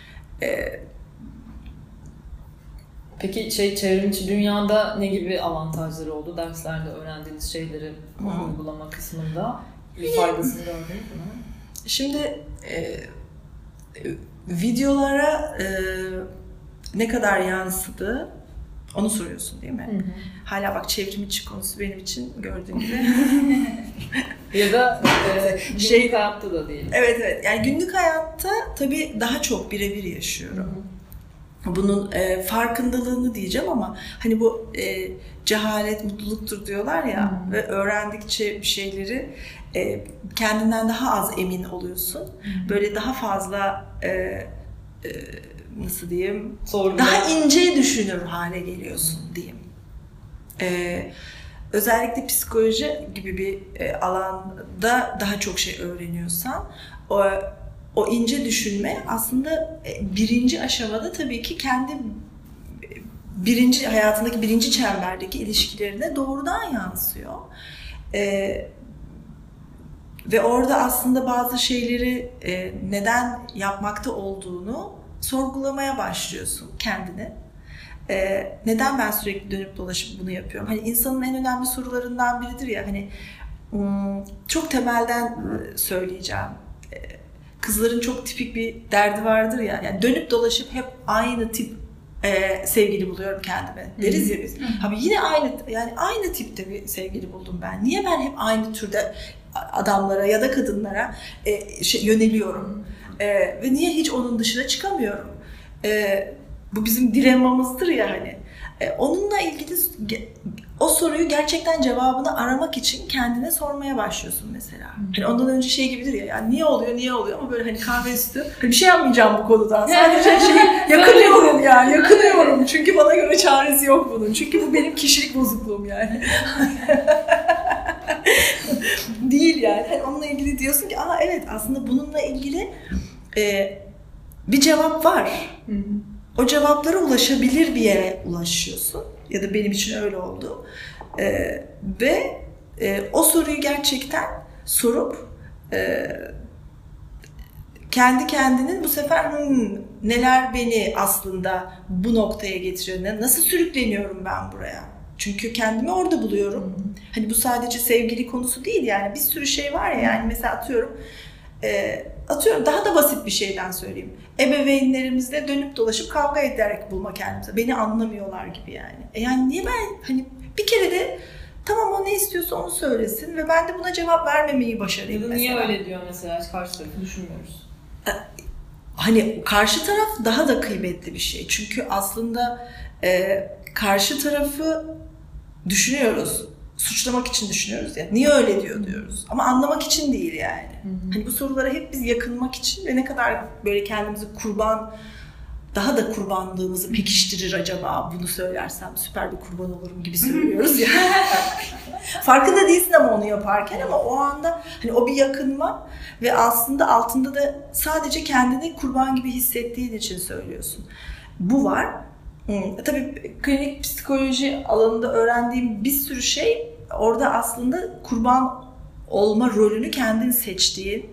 Peki çevrimiçi dünyada ne gibi avantajları oldu? Derslerde öğrendiğiniz şeyleri uygulama kısmında bir faydasını gördünüz mü? Şimdi videolara ne kadar yansıdı onu soruyorsun değil mi? Hala bak çevrimiçi konusu benim için gördüğün gibi. Ya da günlük hayatta da değil. Evet. Yani günlük hayatta tabii daha çok birebir yaşıyorum. Bunun farkındalığını diyeceğim ama hani bu cehalet mutluluktur diyorlar ya ve öğrendikçe bir şeyleri kendinden daha az emin oluyorsun. Böyle daha fazla nasıl diyeyim daha ince düşünür hale geliyorsun diyeyim. Özellikle psikoloji gibi bir alanda daha çok şey öğreniyorsan o ince düşünme aslında birinci aşamada tabii ki kendi hayatındaki birinci çemberdeki ilişkilerine doğrudan yansıyor. Ve orada aslında bazı şeyleri neden yapmakta olduğunu sorgulamaya başlıyorsun kendine. Neden ben sürekli dönüp dolaşıp bunu yapıyorum? Hani insanın en önemli sorularından biridir ya, hani çok temelden söyleyeceğim. Kızların çok tipik bir derdi vardır ya, yani dönüp dolaşıp hep aynı tip sevgili buluyorum kendime deriz ya biz. Abi yine aynı tipte bir sevgili buldum ben. Niye ben hep aynı türde adamlara ya da kadınlara yöneliyorum? Ve niye hiç onun dışına çıkamıyorum? Bu bizim dilemmamızdır ya hani. Onunla ilgili o soruyu gerçekten cevabını aramak için kendine sormaya başlıyorsun mesela. Yani ondan önce şey gibidir ya, yani niye oluyor ama böyle hani kahve üstü. Hani bir şey yapmayacağım bu konuda. Sadece yakınıyorum. Çünkü bana göre çaresi yok bunun. Çünkü bu benim kişilik bozukluğum yani. Değil yani. Hani onunla ilgili diyorsun ki evet aslında bununla ilgili bir cevap var. O cevaplara ulaşabilir bir yere ulaşıyorsun. Ya da benim için öyle oldu. Ve o soruyu gerçekten sorup kendi kendinin bu sefer neler beni aslında bu noktaya getiriyor, nasıl sürükleniyorum ben buraya? Çünkü kendimi orada buluyorum. Hani bu sadece sevgili konusu değil yani, bir sürü şey var ya, yani mesela atıyorum daha da basit bir şeyden söyleyeyim. Ebeveynlerimizle dönüp dolaşıp kavga ederek bulma kendimize. Beni anlamıyorlar gibi yani. Yani niye ben hani bir kere de tamam o ne istiyorsa onu söylesin ve ben de buna cevap vermemeyi başarayım mesela. Niye öyle diyor mesela, hiç karşı tarafı düşünmüyoruz. Hani karşı taraf daha da kıymetli bir şey. Çünkü aslında karşı tarafı düşünüyoruz. Suçlamak için düşünüyoruz ya. Niye öyle diyoruz. Ama anlamak için değil yani. Hani bu sorulara hep biz yakınmak için ve ne kadar böyle kendimizi kurban daha da kurbanlığımızı pekiştirir acaba bunu söylersem süper bir kurban olurum gibi söylüyoruz ya. Farkında değilsin ama onu yaparken, ama o anda hani o bir yakınma ve aslında altında da sadece kendini kurban gibi hissettiğin için söylüyorsun. Bu var. Tabii klinik psikoloji alanında öğrendiğim bir sürü şey orada aslında kurban olma rolünü kendin seçtiğin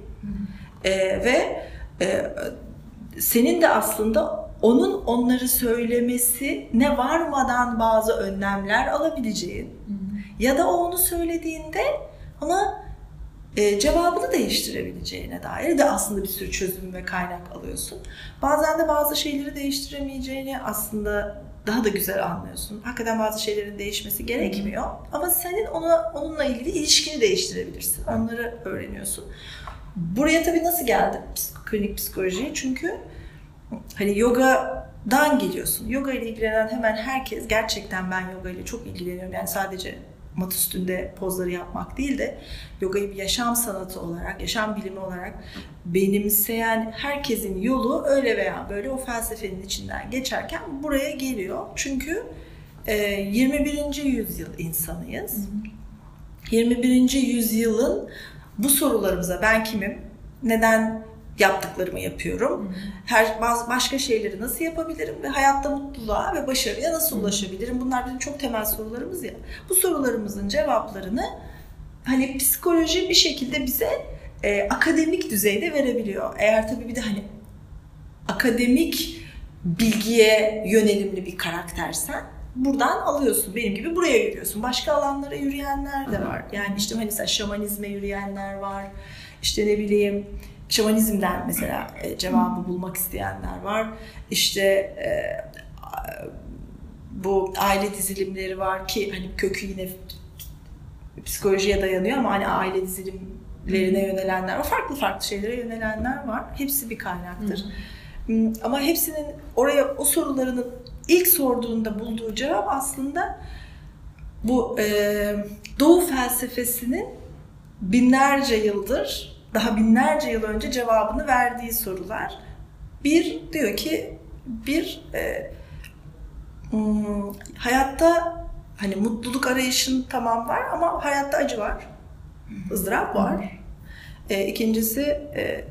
ve senin de aslında onun onları söylemesine varmadan bazı önlemler alabileceğin ya da o onu söylediğinde ona cevabını değiştirebileceğine dair de aslında bir sürü çözüm ve kaynak alıyorsun. Bazen de bazı şeyleri değiştiremeyeceğini aslında daha da güzel anlıyorsun. Hakikaten bazı şeylerin değişmesi gerekmiyor. Ama senin onunla ilgili ilişkini değiştirebilirsin. Onları öğreniyorsun. Buraya tabii nasıl geldim klinik psikolojiye? Çünkü hani yogadan geliyorsun. Yoga ile ilgilenen hemen herkes, gerçekten ben yoga ile çok ilgileniyorum. Yani sadece mat üstünde pozları yapmak değil de yogayı bir yaşam sanatı olarak, yaşam bilimi olarak benimseyen herkesin yolu öyle veya böyle o felsefenin içinden geçerken buraya geliyor. Çünkü 21. yüzyıl insanıyız. 21. yüzyılın bu sorularımıza ben kimim, neden yaptıklarımı yapıyorum, başka şeyleri nasıl yapabilirim ve hayatta mutluluğa ve başarıya nasıl ulaşabilirim? Bunlar bizim çok temel sorularımız ya. Bu sorularımızın cevaplarını hani psikoloji bir şekilde bize akademik düzeyde verebiliyor. Eğer tabii bir de hani akademik bilgiye yönelimli bir karaktersen buradan alıyorsun. Benim gibi buraya yürüyorsun. Başka alanlara yürüyenler de var. Yani işte hani mesela şamanizme yürüyenler var. İşte ne bileyim, şamanizmden mesela cevabı bulmak isteyenler var. İşte bu aile dizilimleri var ki hani kökü yine psikolojiye dayanıyor ama hani aile dizilimlerine yönelenler var. Farklı farklı şeylere yönelenler var. Hepsi bir kaynaktır. Ama hepsinin oraya o sorularının ilk sorduğunda bulduğu cevap aslında bu Doğu felsefesinin binlerce yıldır, daha binlerce yıl önce cevabını verdiği sorular. Bir diyor ki, hayatta hani mutluluk arayışın tamam var ama hayatta acı var, ızdırap var. İkincisi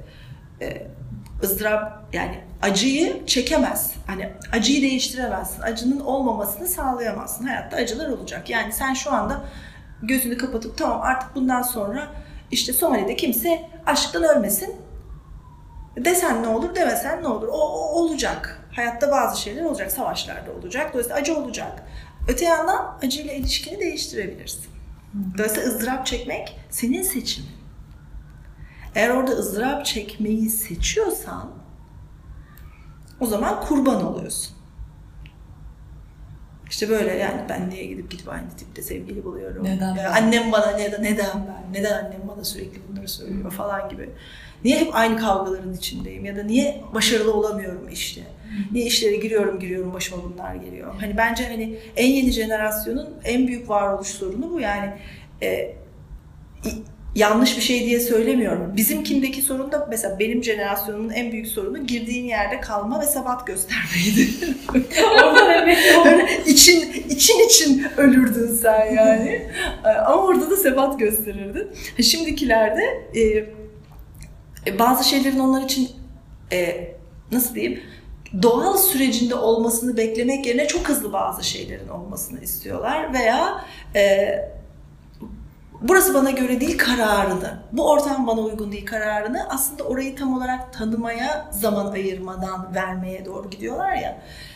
ızdırap, yani acıyı çekemez. Hani acıyı değiştiremezsin. Acının olmamasını sağlayamazsın. Hayatta acılar olacak. Yani sen şu anda gözünü kapatıp tamam artık bundan sonra işte Somali'de kimse açlıktan ölmesin desen ne olur, demesen ne olur? O olacak. Hayatta bazı şeyler olacak. Savaşlarda olacak. Dolayısıyla acı olacak. Öte yandan acıyla ilişkini değiştirebilirsin. Dolayısıyla ızdırap çekmek senin seçimin. Eğer orada ızdırap çekmeyi seçiyorsan o zaman kurban oluyorsun. İşte böyle, yani ben niye gidip aynı tipte sevgili buluyorum? Neden? Annem bana neden ben? Neden annem bana sürekli bunları söylüyor falan gibi. Niye hep aynı kavgaların içindeyim? Ya da niye başarılı olamıyorum işte? Niye işlere giriyorum başıma bunlar geliyor? Hani bence hani en yeni jenerasyonun en büyük varoluş sorunu bu. Yani yanlış bir şey diye söylemiyorum. Bizimkindeki sorun da mesela benim jenerasyonumun en büyük sorunu girdiğin yerde kalma ve sebat göstermeydi. Orada emekli oldu. İçin ölürdün sen yani. Ama orada da sebat gösterirdin. Şimdikilerde bazı şeylerin onlar için nasıl diyeyim, doğal sürecinde olmasını beklemek yerine çok hızlı bazı şeylerin olmasını istiyorlar veya burası bana göre değil kararını, bu ortam bana uygun değil kararını aslında orayı tam olarak tanımaya zaman ayırmadan vermeye doğru gidiyorlar ya.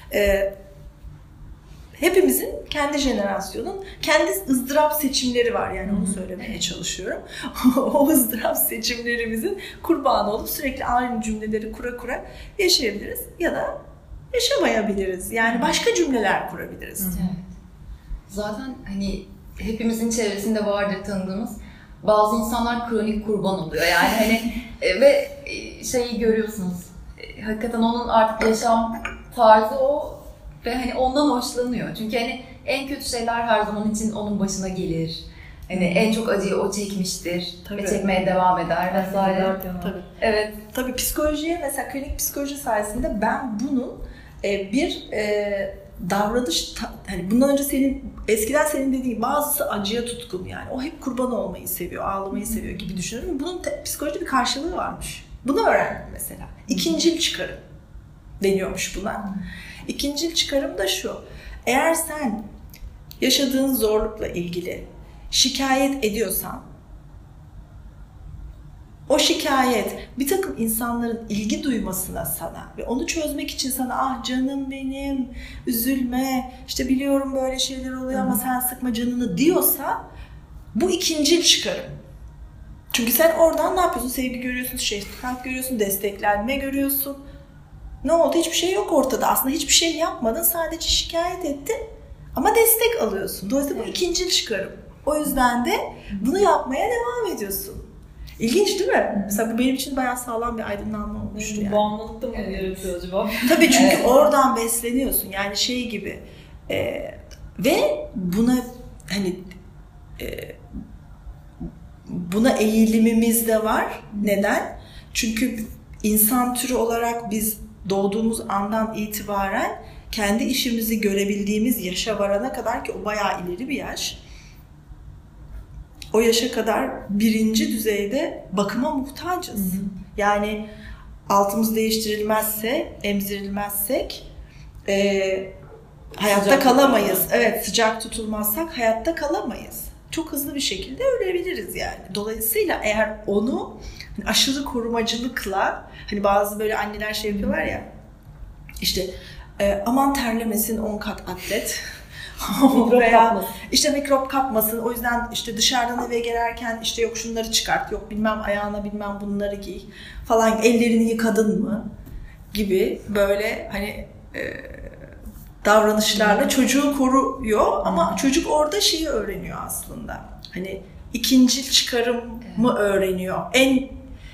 Hepimizin, kendi jenerasyonun kendi ızdırap seçimleri var, yani onu söylemeye çalışıyorum. O ızdırap seçimlerimizin kurbanı olup sürekli aynı cümleleri kura yaşayabiliriz ya da yaşamayabiliriz. Yani başka cümleler kurabiliriz. Evet. Zaten hani hepimizin çevresinde vardır tanıdığımız bazı insanlar kronik kurban oluyor. Yani hani ve şeyi görüyorsunuz. Hakikaten onun artık yaşam tarzı o ve hani ondan hoşlanıyor. Çünkü hani en kötü şeyler her zaman için onun başına gelir. Hani en çok acıyı o çekmiştir. Tabii. Ve çekmeye devam eder vesaire. Tabii. Evet. Tabii psikolojiye, mesela klinik psikoloji sayesinde ben bunun bir davranış, hani bundan önce eskiden senin dediğin bazısı acıya tutkun, yani o hep kurban olmayı seviyor, ağlamayı seviyor gibi düşünüyorum. Bunun psikolojide bir karşılığı varmış. Bunu öğrendim mesela. İkincil çıkarım deniyormuş buna. İkincil çıkarım da şu: eğer sen yaşadığın zorlukla ilgili şikayet ediyorsan, o şikayet bir takım insanların ilgi duymasına sana ve onu çözmek için sana ah canım benim üzülme, işte biliyorum böyle şeyler oluyor ama sen sıkma canını diyorsa, bu ikincil çıkarım. Çünkü sen oradan ne yapıyorsun? Sevgi görüyorsun, şefkat görüyorsun, desteklenme görüyorsun. Ne oldu? Hiçbir şey yok ortada. Aslında hiçbir şey yapmadın, sadece şikayet ettin ama destek alıyorsun. Dolayısıyla bu ikincil çıkarım. O yüzden de bunu yapmaya devam ediyorsun. İlginç değil mi? Mesela bu benim için bayağı sağlam bir aydınlanma olmuştu yani. Bağımlılıkta mı yaratıyor acaba? Tabii, çünkü oradan besleniyorsun. Yani şey gibi. Ve buna hani buna eğilimimiz de var. Neden? Çünkü insan türü olarak biz doğduğumuz andan itibaren kendi işimizi görebildiğimiz yaşa varana kadar, ki o bayağı ileri bir yaş, o yaşa kadar birinci düzeyde bakıma muhtacız. Yani altımız değiştirilmezse, emzirilmezsek hayatta Sıcak kalamayız. tutulmaz. Evet, sıcak tutulmazsak hayatta kalamayız. Çok hızlı bir şekilde ölebiliriz yani. Dolayısıyla eğer onu aşırı korumacılıkla, hani bazı böyle anneler şey yapıyorlar ya, işte aman terlemesin 10 kat atlet. Veya işte mikrop kapmasın, o yüzden işte dışarıdan eve gelirken işte yok şunları çıkart, yok bilmem ayağına bilmem bunları giy falan, ellerini yıkadın mı gibi böyle hani davranışlarla çocuğu koruyor ama çocuk orada şeyi öğreniyor aslında. Hani ikincil çıkarımı öğreniyor. En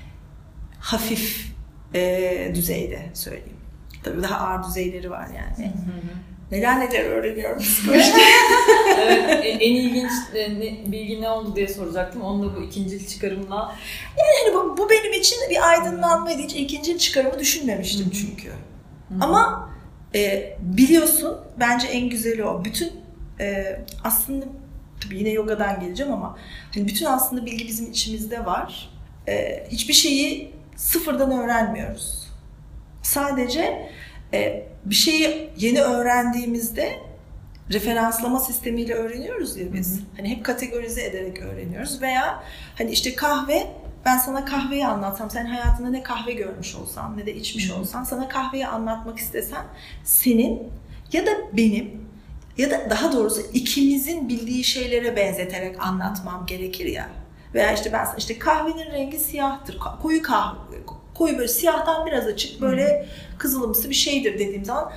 hafif düzeyde söyleyeyim. Tabii daha ağır düzeyleri var yani. Neler öğreniyorum psikolojide. Evet, en ilginç bilgi ne oldu diye soracaktım. Onu da bu ikincil çıkarımla. Yani bu benim için bir aydınlanmaydı. Hiç ikincil çıkarımı düşünmemiştim çünkü. Ama biliyorsun, bence en güzeli o. Bütün aslında tabii yine yogadan geleceğim ama hani bütün aslında bilgi bizim içimizde var. Hiçbir şeyi sıfırdan öğrenmiyoruz. Sadece bir şeyi yeni öğrendiğimizde referanslama sistemiyle öğreniyoruz ya biz. Hani hep kategorize ederek öğreniyoruz. Veya hani işte kahve, ben sana kahveyi anlatsam, sen hayatında ne kahve görmüş olsan ne de içmiş olsan, sana kahveyi anlatmak istesem, senin ya da benim ya da daha doğrusu ikimizin bildiği şeylere benzeterek anlatmam gerekir ya. Veya işte ben işte kahvenin rengi siyahtır, koyu kahve, koyu böyle siyahtan biraz açık böyle kızılımsı bir şeydir dediğim zaman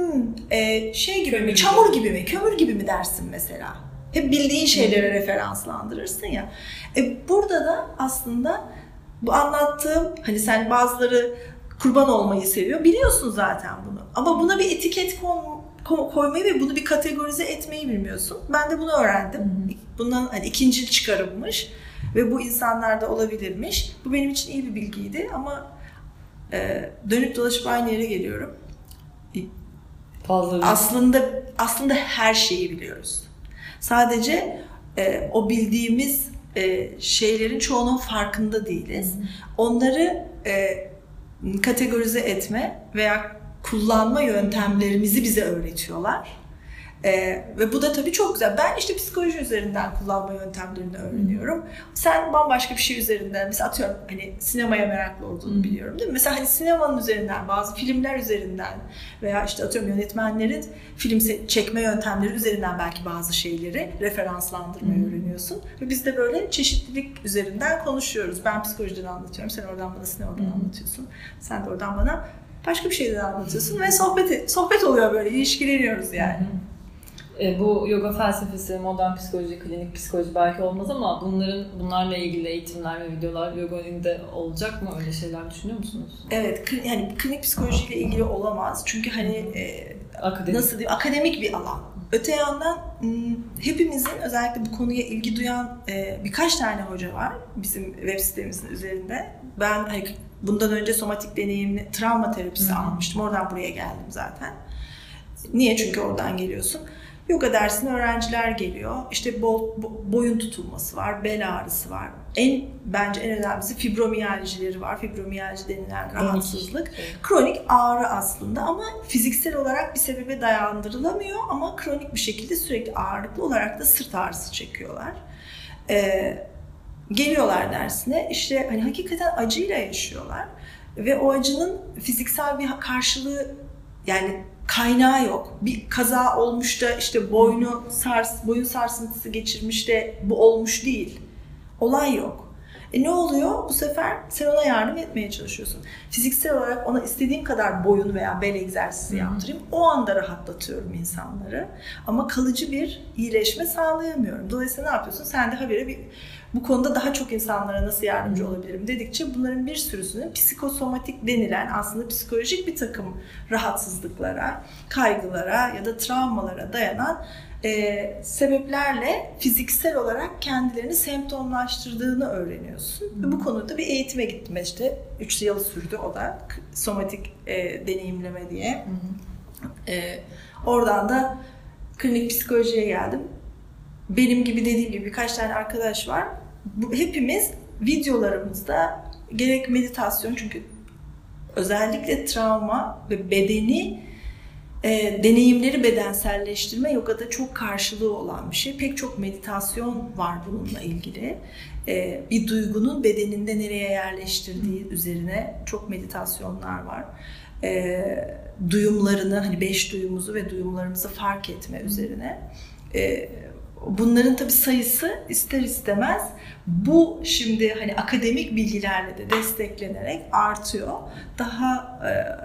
şey gibi mi, çamur gibi mi, kömür gibi mi dersin mesela. Hep bildiğin şeylere referanslandırırsın ya. Burada da aslında bu anlattığım, hani sen bazıları kurban olmayı seviyor, biliyorsun zaten bunu. Ama buna bir etiket koymayı ve bunu bir kategorize etmeyi bilmiyorsun. Ben de bunu öğrendim. Bundan hani ikincil çıkarılmış ve bu insanlarda olabilirmiş. Bu benim için iyi bir bilgiydi ama dönüp dolaşıp aynı yere geliyorum. Aslında her şeyi biliyoruz. Sadece o bildiğimiz şeylerin çoğunun farkında değiliz. Onları kategorize etme veya kullanma yöntemlerimizi bize öğretiyorlar. Ve bu da tabii çok güzel. Ben işte psikoloji üzerinden kullanma yöntemlerini öğreniyorum. Sen bambaşka bir şey üzerinden, mesela atıyorum hani sinemaya meraklı olduğunu biliyorum değil mi? Mesela hani sinemanın üzerinden, bazı filmler üzerinden veya işte atıyorum yönetmenlerin film çekme yöntemleri üzerinden belki bazı şeyleri referanslandırmayı öğreniyorsun. Ve biz de böyle çeşitlilik üzerinden konuşuyoruz. Ben psikolojiden anlatıyorum, sen oradan bana sinemadan anlatıyorsun. Sen de oradan bana başka bir şeyden anlatıyorsun ve sohbet oluyor, böyle ilişkileniyoruz yani. Bu yoga felsefesi, modern psikoloji, klinik psikoloji belki olmaz ama bunlarla ilgili eğitimler ve videolar Yoga-Uni'de olacak mı? Öyle şeyler düşünüyor musunuz? Evet, yani klinik psikolojiyle ilgili olamaz. Çünkü hani nasıl diyeyim, akademik bir alan. Öte yandan hepimizin özellikle bu konuya ilgi duyan birkaç tane hoca var bizim web sitemizin üzerinde. Ben hani bundan önce somatik deneyimli travma terapisi almıştım. Oradan buraya geldim zaten. Niye? Çünkü oradan geliyorsun. Yoga dersine öğrenciler geliyor. İşte boyun tutulması var, bel ağrısı var. Bence en önemlisi fibromiyaljileri var. Fibromiyalji denilen rahatsızlık. Kronik ağrı aslında ama fiziksel olarak bir sebebe dayandırılamıyor ama kronik bir şekilde sürekli ağırlıklı olarak da sırt ağrısı çekiyorlar. Geliyorlar dersine. İşte hani hakikaten acıyla yaşıyorlar ve o acının fiziksel bir karşılığı, yani kaynağı yok. Bir kaza olmuş da işte boyun sarsıntısı geçirmiş de bu olmuş değil. Olay yok. Ne oluyor? Bu sefer sen ona yardım etmeye çalışıyorsun. Fiziksel olarak ona istediğim kadar boyun veya bel egzersizi yaptırayım. O anda rahatlatıyorum insanları. Ama kalıcı bir iyileşme sağlayamıyorum. Dolayısıyla ne yapıyorsun? Sen de habire bu konuda daha çok insanlara nasıl yardımcı olabilirim dedikçe bunların bir sürüsünün psikosomatik denilen aslında psikolojik bir takım rahatsızlıklara, kaygılara ya da travmalara dayanan sebeplerle fiziksel olarak kendilerini semptomlaştırdığını öğreniyorsun. Ve bu konuda bir eğitime gittim işte. 3 yıl sürdü o da. Somatik deneyimleme diye. Oradan da klinik psikolojiye geldim. Benim gibi dediğim gibi birkaç tane arkadaş var. Hepimiz videolarımızda gerek meditasyon, çünkü özellikle travma ve bedeni deneyimleri bedenselleştirme yogada çok karşılığı olan bir şey. Pek çok meditasyon var bununla ilgili. Bir duygunun bedeninde nereye yerleştirdiği üzerine çok meditasyonlar var. Duyumlarını, hani 5 duyumuzu ve duyumlarımızı fark etme üzerine. Bunların tabii sayısı ister istemez bu şimdi hani akademik bilgilerle de desteklenerek artıyor. Daha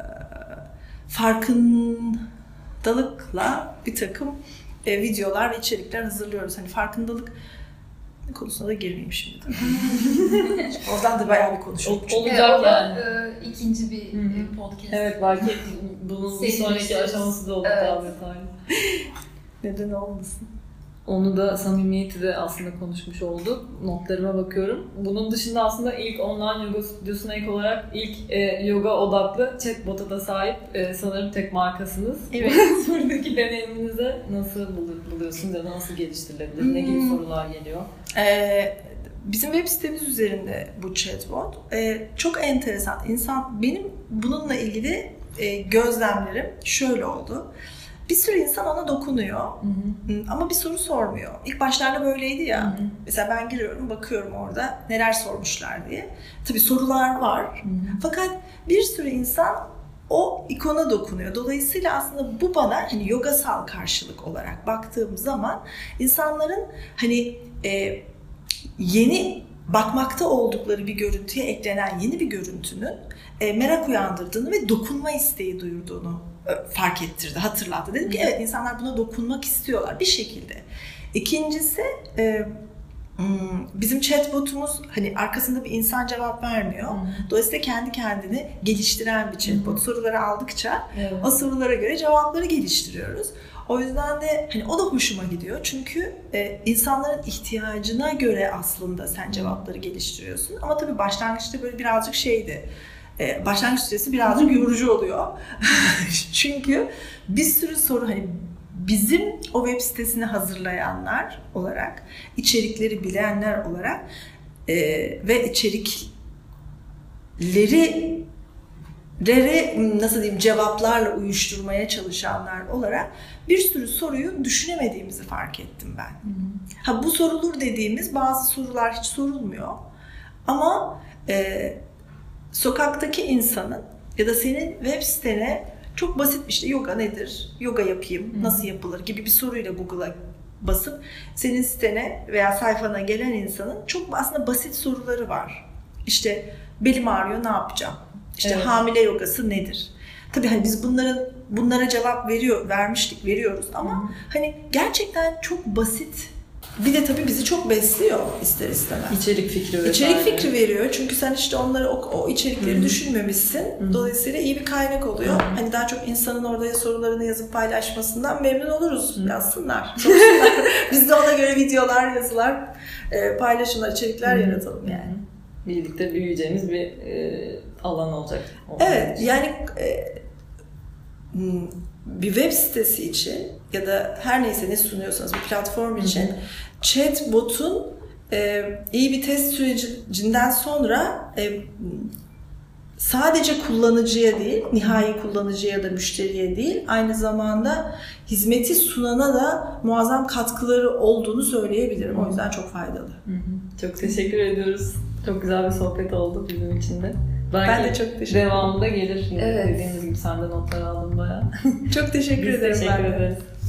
farkındalıkla bir takım videolar ve içerikler hazırlıyoruz. Hani farkındalık konusuna da girmeyeyim şimdi. Oradan da bayağı bir konuşalım. Olacak yani. İkinci bir podcast. Evet, belki bunun bir sonraki aşaması da olur daha detaylı. Neden olmasın? Onu da, samimiyeti de aslında konuşmuş olduk. Notlarıma bakıyorum. Bunun dışında aslında ilk online yoga stüdyosuna ek olarak ilk yoga odaklı chatbot'a da sahip sanırım tek markasınız. Evet. Buradaki deneyiminize nasıl buluyorsunuz ya da nasıl geliştirilebilir? Ne gibi sorular geliyor? Bizim web sitemiz üzerinde bu chatbot. Çok enteresan. Benim bununla ilgili gözlemlerim şöyle oldu. Bir sürü insan ona dokunuyor ama bir soru sormuyor. İlk başlarda böyleydi ya. Mesela ben giriyorum, bakıyorum orada neler sormuşlar diye. Tabii sorular var. Fakat bir sürü insan o ikona dokunuyor. Dolayısıyla aslında bu bana hani yogasal karşılık olarak baktığım zaman insanların hani yeni bakmakta oldukları bir görüntüye eklenen yeni bir görüntünün merak uyandırdığını ve dokunma isteği duyurduğunu fark ettirdi, hatırlattı. Dedim ki evet, insanlar buna dokunmak istiyorlar bir şekilde. İkincisi bizim chatbotumuz hani arkasında bir insan cevap vermiyor. Dolayısıyla kendi kendini geliştiren bir chatbot. Soruları aldıkça o sorulara göre cevapları geliştiriyoruz. O yüzden de hani o da hoşuma gidiyor. Çünkü insanların ihtiyacına göre aslında sen cevapları geliştiriyorsun. Ama tabii başlangıçta böyle birazcık şeydi. Başlangıç süresi birazcık yorucu oluyor. Çünkü bir sürü soru, hani bizim o web sitesini hazırlayanlar olarak, içerikleri bilenler olarak ve içerikleri nasıl diyeyim, cevaplarla uyuşturmaya çalışanlar olarak bir sürü soruyu düşünemediğimizi fark ettim ben. Bu sorulur dediğimiz bazı sorular hiç sorulmuyor. Ama sokaktaki insanın ya da senin web sitene çok basit bir yoga nedir, yoga yapayım, nasıl yapılır gibi bir soruyla Google'a basıp senin sitene veya sayfana gelen insanın çok aslında basit soruları var. İşte belim ağrıyor, ne yapacağım? İşte hamile yogası nedir? Tabii hani biz bunlara cevap veriyoruz ama hani gerçekten çok basit. Bir de tabii bizi çok besliyor ister istemez. İçerik fikri veriyor. Çünkü sen işte onları o içerikleri düşünmemişsin. Dolayısıyla iyi bir kaynak oluyor. Hani daha çok insanın orada sorularını yazıp paylaşmasından memnun oluruz. Yazsınlar. Biz de ona göre videolar, yazılar, paylaşımlar, içerikler yaratalım yani. Birlikte büyüyeceğimiz bir alan olacak. Evet, yani bir web sitesi için ya da her neyse ne sunuyorsanız bir platform için chatbot'un iyi bir test sürecinden sonra sadece kullanıcıya değil, nihai kullanıcıya ya da müşteriye değil, aynı zamanda hizmeti sunana da muazzam katkıları olduğunu söyleyebilirim. O yüzden çok faydalı. Çok teşekkür ediyoruz. Çok güzel bir sohbet oldu bizim için de. Ben de çok teşekkür ederim. Devamında gelir. Evet. Dediğimiz gibi sen de notlar aldın bayağı. Çok teşekkür ederim. Biz teşekkür ederiz.